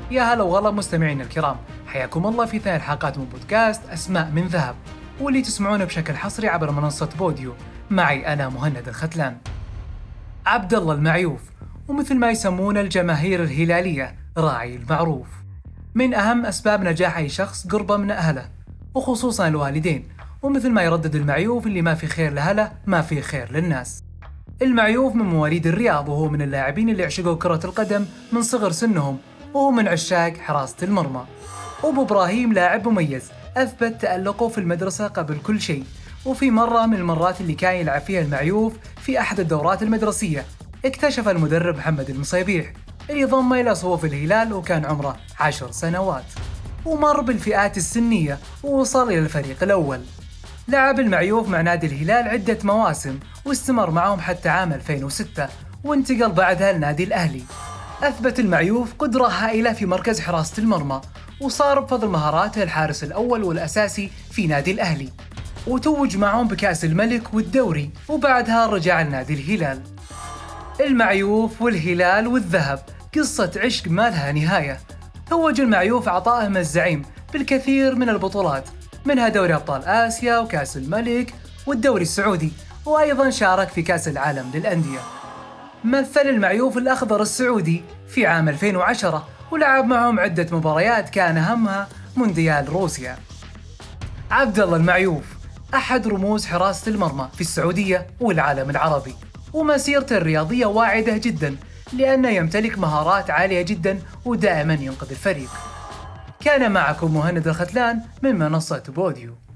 يا هلا وغلا مستمعينا الكرام، حياكم الله في ثاني الحلقات من بودكاست أسماء من ذهب، واللي تسمعونه بشكل حصري عبر منصة بوديو. معي أنا مهند الختلان. عبد الله المعيوف، ومثل ما يسمونه الجماهير الهلالية راعي المعروف، من أهم أسباب نجاح أي شخص قربه من أهله، وخصوصا الوالدين. ومثل ما يردد المعيوف، اللي ما في خير لأهله ما في خير للناس. المعيوف من مواليد الرياض، وهو من اللاعبين اللي عشقوا كرة القدم من صغر سنهم، وهو من عشاق حراسة المرمى. أبو إبراهيم لاعب مميز أثبت تألقه في المدرسة قبل كل شيء، وفي مرة من المرات اللي كان يلعب فيها المعيوف في أحد الدورات المدرسية، اكتشف المدرب محمد المصيبيح اللي ضمه إلى صفوف الهلال وكان عمره 10 سنوات، ومر بالفئات السنية ووصل إلى الفريق الأول. لعب المعيوف مع نادي الهلال عدة مواسم واستمر معهم حتى عام 2006، وانتقل بعدها لنادي الأهلي. أثبت المعيوف قدرة هائلة في مركز حراسة المرمى، وصار بفضل مهاراته الحارس الأول والأساسي في نادي الأهلي، وتوج معهم بكأس الملك والدوري، وبعدها رجع لنادي الهلال. المعيوف والهلال والذهب قصة عشق ما لها نهاية. توج المعيوف عطائهم الزعيم بالكثير من البطولات، منها دوري أبطال آسيا وكأس الملك والدوري السعودي، وأيضا شارك في كأس العالم للأندية. مثل المعيوف الأخضر السعودي في عام 2010، ولعب معهم عدة مباريات كان أهمها مونديال روسيا. عبد الله المعيوف أحد رموز حراسة المرمى في السعودية والعالم العربي، ومسيرته الرياضية واعدة جدا لأنه يمتلك مهارات عالية جدا ودائما ينقذ الفريق. كان معكم مهند الختلان من منصة بوديو.